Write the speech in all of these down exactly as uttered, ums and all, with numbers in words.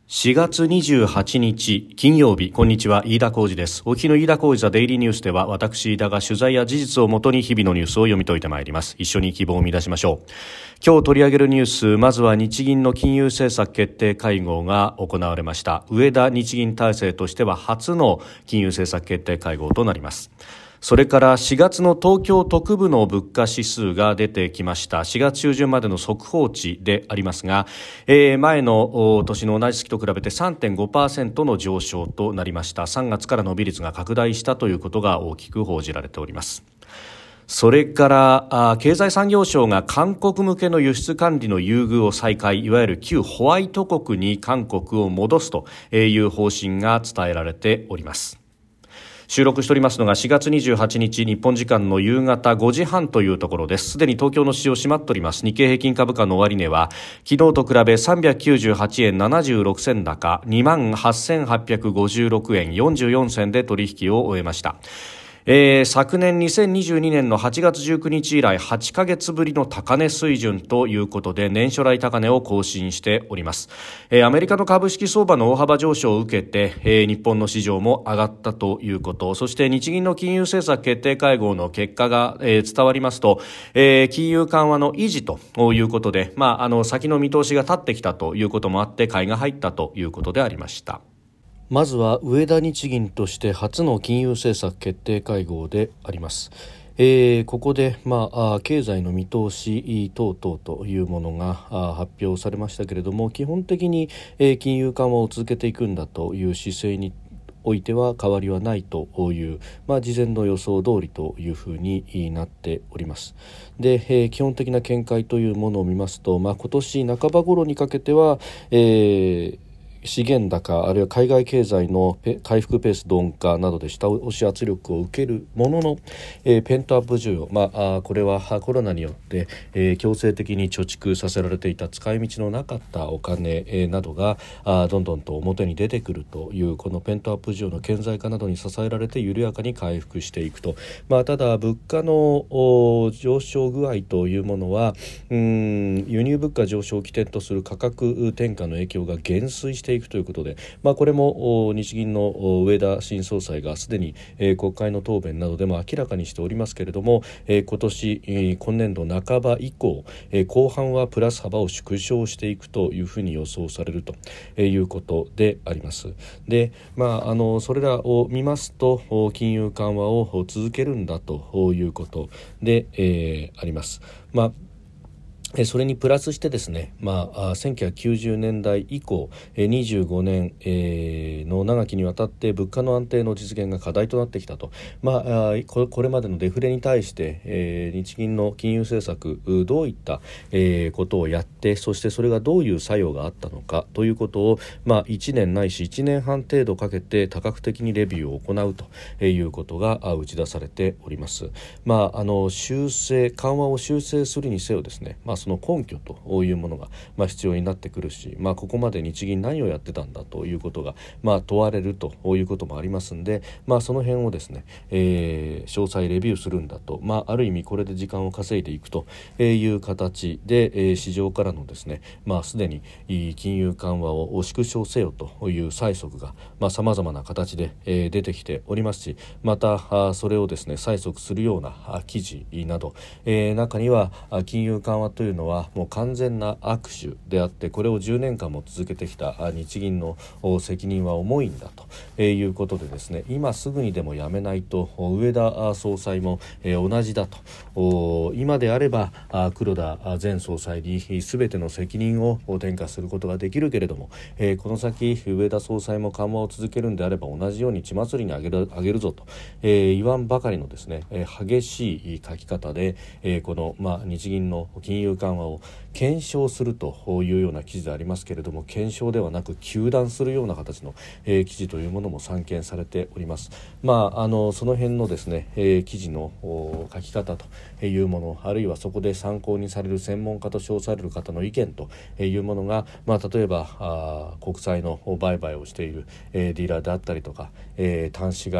しがつにじゅうはちにち金曜日、こんにちは、飯田浩司です。お日の飯田浩司ザデイリーニュースでは、私飯田が取材や事実をもとに日々のニュースを読み解いてまいります。一緒に希望を見出しましょう。今日取り上げるニュース、まずは日銀の金融政策決定会合が行われました。植田日銀体制としては初の金融政策決定会合となります。それからしがつの東京都区部の物価指数が出てきました。しがつ中旬までの速報値でありますが、えー、前の年の同じ月と比べて さんてんごパーセント の上昇となりました。さんがつから伸び率が拡大したということが大きく報じられております。それから経済産業省が韓国向けの輸出管理の優遇を再開、いわゆる旧ホワイト国に韓国を戻すという方針が伝えられております。収録しておりますのがしがつにじゅうはちにち日本時間の夕方ごじはんというところです。すでに東京の市場閉まっております。日経平均株価の終値は昨日と比べさんびゃくきゅうじゅうはちえんななじゅうろくせん高 にまんはっせんはっぴゃくごじゅうろくえんよんじゅうよんせんで取引を終えました。えー、昨年にせんにじゅうにねんのはちがつじゅうくにち以来はちかげつぶりの高値水準ということで、年初来高値を更新しております。えー、アメリカの株式相場の大幅上昇を受けて、えー、日本の市場も上がったということ、そして日銀の金融政策決定会合の結果が、えー、伝わりますと、えー、金融緩和の維持ということで、まあ、あの先の見通しが立ってきたということもあって買いが入ったということでありました。まずは植田日銀として初の金融政策決定会合であります。えー、ここで、まあ、経済の見通し等々というものが発表されましたけれども、基本的に、えー、金融緩和を続けていくんだという姿勢においては変わりはないという、まあ、事前の予想通りというふうになっております。で、えー、基本的な見解というものを見ますと、まあ、今年半ば頃にかけては、えー資源高あるいは海外経済の回復ペース鈍化などで下押し圧力を受けるものの、えー、ペントアップ需要、まあ、あこれはコロナによって、えー、強制的に貯蓄させられていた使い道のなかったお金、えー、などがあどんどんと表に出てくるというこのペントアップ需要の顕在化などに支えられて緩やかに回復していくと、まあ、ただ物価の上昇具合というものはうーん輸入物価上昇を起点とする価格転嫁の影響が減衰していくということで、まあ、これも日銀の植田新総裁がすでに、えー、国会の答弁などでも明らかにしておりますけれども、えー、今年、えー、今年度半ば以降、えー、後半はプラス幅を縮小していくというふうに予想されるということであります。で、まあ、あのそれらを見ますと金融緩和を続けるんだということで、えー、あります。まあそれにプラスしてですね、まあ、せんきゅうひゃくきゅうじゅうねんだい以降にじゅうごねんの長きにわたって物価の安定の実現が課題となってきたと、まあ、これまでのデフレに対して日銀の金融政策どういったことをやって、そしてそれがどういう作用があったのかということを、まあ、いちねんないしいちねんはん程度かけて多角的にレビューを行うということが打ち出されております。まあ、あの修正緩和を修正するにせよですね、まあその根拠というものが、まあ、必要になってくるし、まあ、ここまで日銀何をやってたんだということが、まあ、問われるということもありますので、まあ、その辺をですね、えー、詳細レビューするんだと、まあ、ある意味これで時間を稼いでいくという形で、えー、市場からのですね、まあ、すでに金融緩和を縮小せよという催促がさまざ、まな形で、えー、出てきておりますし、またそれをですね催促するような記事など、えー、中には金融緩和というのはもう完全な握手であって、これをじゅうねんかんも続けてきた日銀の責任は重いんだということでですね、今すぐにでもやめないと植田総裁も同じだと、今であれば黒田前総裁に全ての責任を転嫁することができるけれども、この先植田総裁も緩和を続けるんであれば同じように血祭りにあげる、あげるぞと言わんばかりのですね激しい書き方で、この、まあ、日銀の金融緩和を検証するというような記事でありますけれども、検証ではなく糾弾するような形の、えー、記事というものも散見されております。まあ、あのその辺のですね、えー、記事の書き方というもの、あるいはそこで参考にされる専門家と称される方の意見というものが、まあ、例えばあ国債の売買をしている、えー、ディーラーであったりとか、えー、端子会社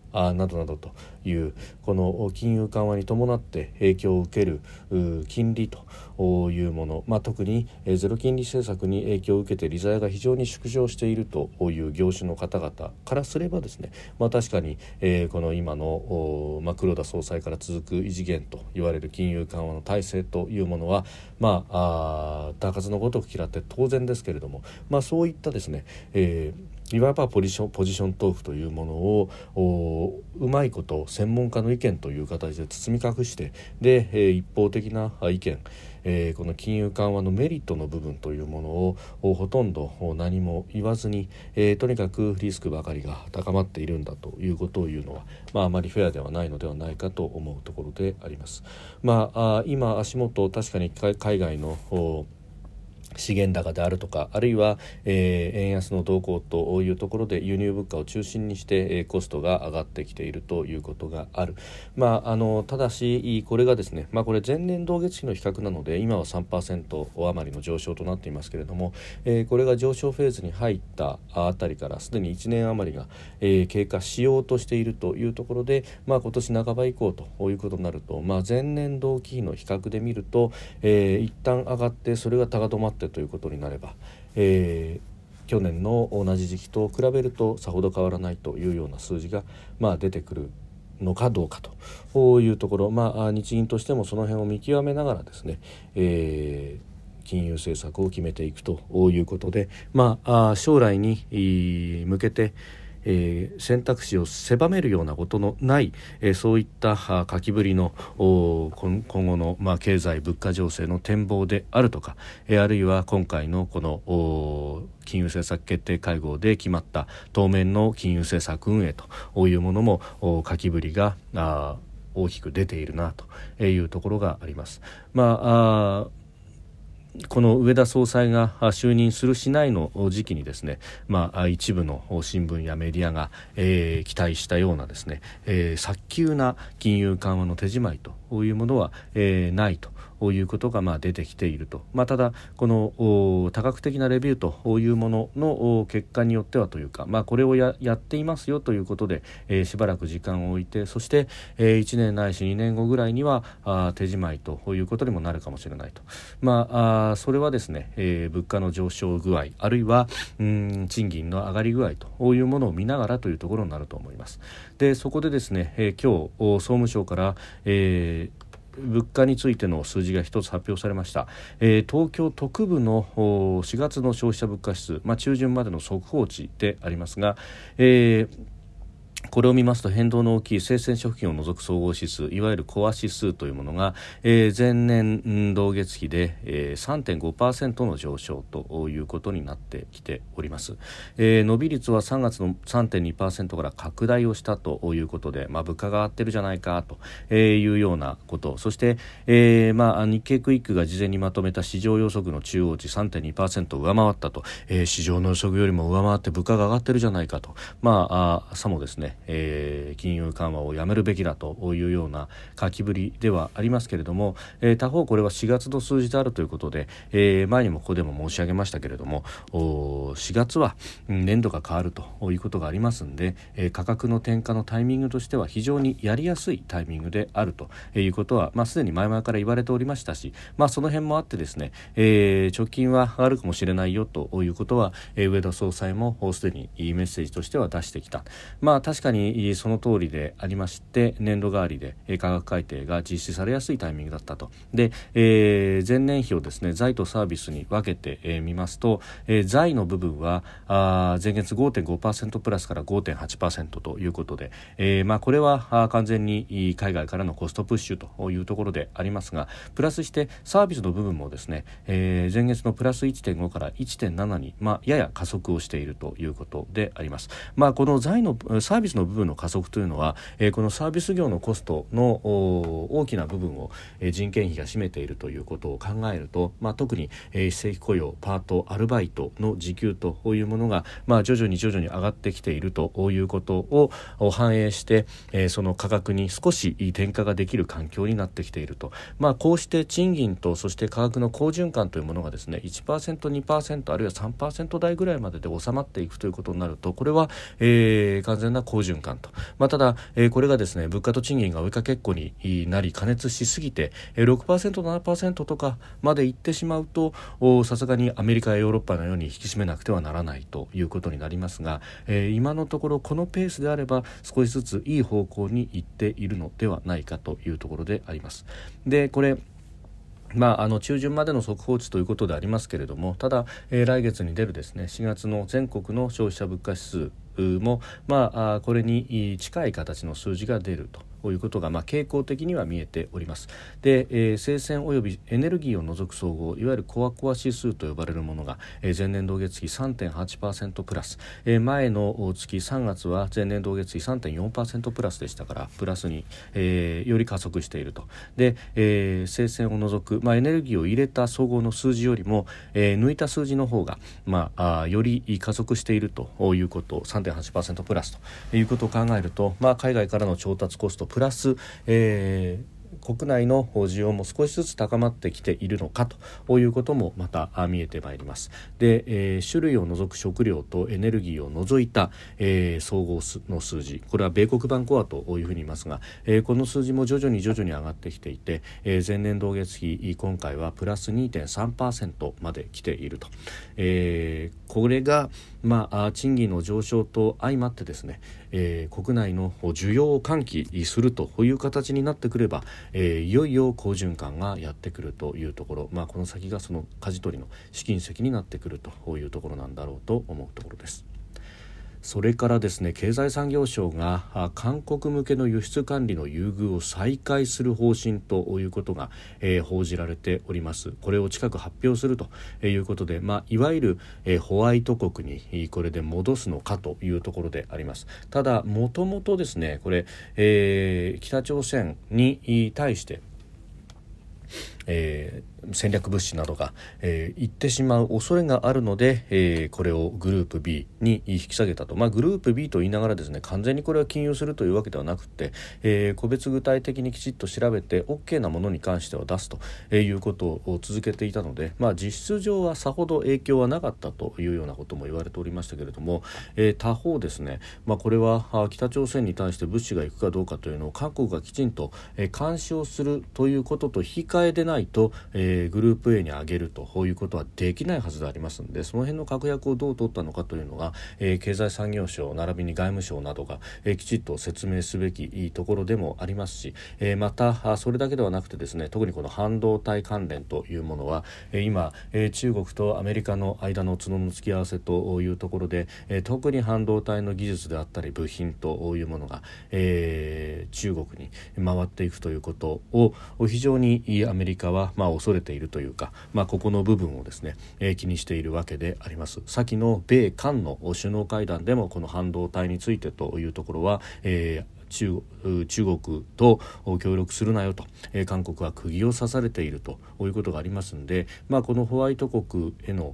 あなどなどというこの金融緩和に伴って影響を受ける金利というもの、まあ、特にゼロ金利政策に影響を受けて利ざやが非常に縮小しているという業種の方々からすればですね、まあ、確かに、えー、この今の、まあ、黒田総裁から続く異次元と言われる金融緩和の体制というものは、まあ、あ高数のごとく嫌って当然ですけれども、まあ、そういったですね、えーいわばポジション、ポジショントークというものをうまいこと専門家の意見という形で包み隠してで、えー、一方的な意見、えー、この金融緩和のメリットの部分というものをほとんど何も言わずに、えー、とにかくリスクばかりが高まっているんだということを言うのは、まあ、あまりフェアではないのではないかと思うところであります。まあ、あ今足元確かに海外の資源高であるとかあるいは、えー、円安の動向というところで輸入物価を中心にして、えー、コストが上がってきているということがある、まあ、あのただしこれがですね、まあ、これ前年同月比の比較なので今は さんパーセント 余りの上昇となっていますけれども、えー、これが上昇フェーズに入ったあたりからすでにいちねん余りが、えー、経過しようとしているというところで、まあ、今年半ば以降ということになると、まあ、前年同期比の比較で見ると、えー、一旦上がってそれが高止まってということになれば、えー、去年の同じ時期と比べるとさほど変わらないというような数字が、まあ、出てくるのかどうかというところ、まあ、日銀としてもその辺を見極めながらですね、えー、金融政策を決めていくということで、まあ、将来に向けてえー、選択肢を狭めるようなことのない、えー、そういった書きぶりの今後の、まあ、経済物価情勢の展望であるとか、えー、あるいは今回のこの金融政策決定会合で決まった当面の金融政策運営というものも書きぶりがあ大きく出ているなというところがあります。まあ、あこの植田総裁が就任するしないの時期にですね、まあ、一部の新聞やメディアが、えー、期待したようなですね、えー、早急な金融緩和の手じまいというものは、えー、ないということがまあ出てきていると、まあ、ただこの多角的なレビューというものの結果によってはというか、まあ、これを や, やっていますよということで、えー、しばらく時間を置いてそして、えー、いちねんないしにねんごぐらいにはあ手じまいということにもなるかもしれないと、まあ、あそれはですね、えー、物価の上昇具合あるいはうん賃金の上がり具合というものを見ながらというところになると思います。でそこでですね、えー、今日総務省から、えー物価についての数字が一つ発表されました、えー、東京都区部のしがつの消費者物価指数、まあ、中旬までの速報値でありますが、えーこれを見ますと変動の大きい生鮮食品を除く総合指数いわゆるコア指数というものが、えー、前年同月比で、えー、さんてんごパーセント の上昇ということになってきております。えー、伸び率はさんがつの さんてんにパーセント から拡大をしたということで、まあ、物価が上がってるじゃないかというようなことそして、えーまあ、日経クイックが事前にまとめた市場予測の中央値 さんてんにパーセント を上回ったと、えー、市場の予測よりも上回って物価が上がってるじゃないかと、まあ、あさもですねえー、金融緩和をやめるべきだというような書きぶりではありますけれども、えー、他方これはしがつの数字であるということで、えー、前にもここでも申し上げましたけれどもしがつは年度が変わるということがありますので、えー、価格の転嫁のタイミングとしては非常にやりやすいタイミングであるということは、まあ、すでに前々から言われておりましたし、まあ、その辺もあってですね、えー、直近は上がるかもしれないよということは、えー、植田総裁もすでにメッセージとしては出してきた。まあ確かにその通りでありまして年度代わりで価格改定が実施されやすいタイミングだったと。で、えー、前年比をですね財とサービスに分けて、えー、見ますと、えー、財の部分はあ前月 ごてんごパーセント プラスから ごてんはちパーセント ということで、えーまあ、これは完全に海外からのコストプッシュというところでありますがプラスしてサービスの部分もですね、えー、前月のプラス いってんご から いってんなな に、まあ、やや加速をしているということであります。まあ、この財のサービスの部分の加速というのは、えー、このサービス業のコストの大きな部分を、えー、人件費が占めているということを考えると、まあ、特に、えー、非正規雇用パートアルバイトの時給というものが、まあ、徐々に徐々に上がってきているということを反映して、えー、その価格に少し転嫁ができる環境になってきていると、まあ、こうして賃金とそして価格の好循環というものがですね いちパーセント、にパーセント あるいは さんパーセント 台ぐらいまでで収まっていくということになるとこれは、えー、完全な好好循環と、まあ、ただ、えー、これがですね物価と賃金が追いかけっこになり過熱しすぎて ろくパーセント、ななパーセント とかまでいってしまうとさすがにアメリカやヨーロッパのように引き締めなくてはならないということになりますが、えー、今のところこのペースであれば少しずついい方向に行っているのではないかというところであります。でこれまあ、あの中旬までの速報値ということでありますけれども、ただ、えー、来月に出るですねしがつの全国の消費者物価指数も、まあ、これに近い形の数字が出るとこういうことが、まあ、傾向的には見えております。で、えー、生鮮およびエネルギーを除く総合、いわゆるコアコア指数と呼ばれるものが、えー、前年同月比 さんてんはちパーセント プラス、えー、前の月さんがつは前年同月比 さんてんよんパーセント プラスでしたから、プラスに、えー、より加速していると。で、えー、生鮮を除く、まあ、エネルギーを入れた総合の数字よりも、えー、抜いた数字の方が、まあ、あより加速しているということ、 さんてんはちパーセント プラスということを考えると、まあ、海外からの調達コストプラス、えー国内の需要も少しずつ高まってきているのかということもまた見えてまいります。で、えー、種類を除く食料とエネルギーを除いた、えー、総合の数字、これは米国版コアというふうに言いますが、えー、この数字も徐々に徐々に上がってきていて、えー、前年同月比今回はプラス にてんさんパーセント まで来ていると、えー、これが、まあ、賃金の上昇と相まってですね、えー、国内の需要を喚起するという形になってくれば、えー、いよいよ好循環がやってくるというところ、まあ、この先がその舵取りの試金石になってくるというところなんだろうと思うところです。それからですね、経済産業省が韓国向けの輸出管理の優遇を再開する方針ということが、えー、報じられております。これを近く発表するということで、まあ、いわゆる、えー、ホワイト国にこれで戻すのかというところであります。ただもともとですね、これ、えー、北朝鮮に対してえー、戦略物資などが、えー、行ってしまう恐れがあるので、えー、これをグループ ビー に引き下げたと、まあ、グループ ビー と言いながらですね、完全にこれは禁輸するというわけではなくて、えー、個別具体的にきちっと調べて OK なものに関しては出すということを続けていたので、まあ、実質上はさほど影響はなかったというようなことも言われておりましたけれども、えー、他方ですね、まあ、これは北朝鮮に対して物資が行くかどうかというのを韓国がきちんと、えー、監視をするということと引き換えでないと、えー、グループ A に上げるということはできないはずでありますので、その辺の確約をどう取ったのかというのが、えー、経済産業省並びに外務省などが、えー、きちっと説明すべきところでもありますし、えー、またそれだけではなくてですね、特にこの半導体関連というものは、えー、今、えー、中国とアメリカの間の角の付き合わせというところで、えー、特に半導体の技術であったり部品というものが、えー、中国に回っていくということを非常にアメリカはまあ恐れているというか、まあ、ここの部分をですね、えー、気にしているわけであります。先の米韓の首脳会談でもこの半導体についてというところは、えー中, 中国と協力するなよと、えー、韓国は釘を刺されているということがありますので、まあ、このホワイト国への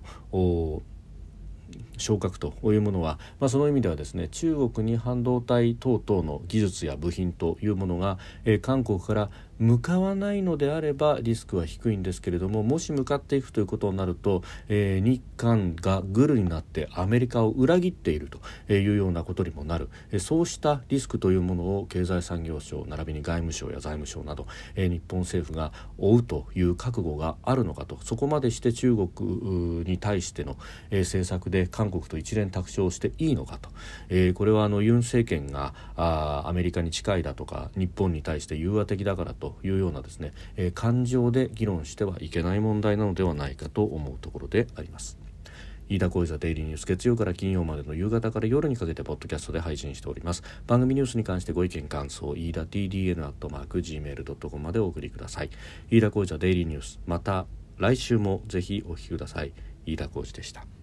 昇格というものは、まあ、その意味ではですね、中国に半導体等々の技術や部品というものが、えー、韓国から向かわないのであればリスクは低いんですけれども、もし向かっていくということになると、えー、日韓がグルになってアメリカを裏切っているというようなことにもなる、えー、そうしたリスクというものを経済産業省並びに外務省や財務省など、えー、日本政府が負うという覚悟があるのかと、そこまでして中国に対しての、えー、政策で韓国と一連卓上していいのかと、えー、これはあのユン政権があアメリカに近いだとか日本に対して融和的だからというようなですね、えー、感情で議論してはいけない問題なのではないかと思うところであります。飯田浩司ザデイリーニュース、月曜から金曜までの夕方から夜にかけてポッドキャストで配信しております。番組ニュースに関してご意見感想、飯田 ティーディーエヌ アットマーク ジーメール ドットコム までお送りください。飯田浩司ザデイリーニュース、また来週もぜひお聞きください。飯田浩司でした。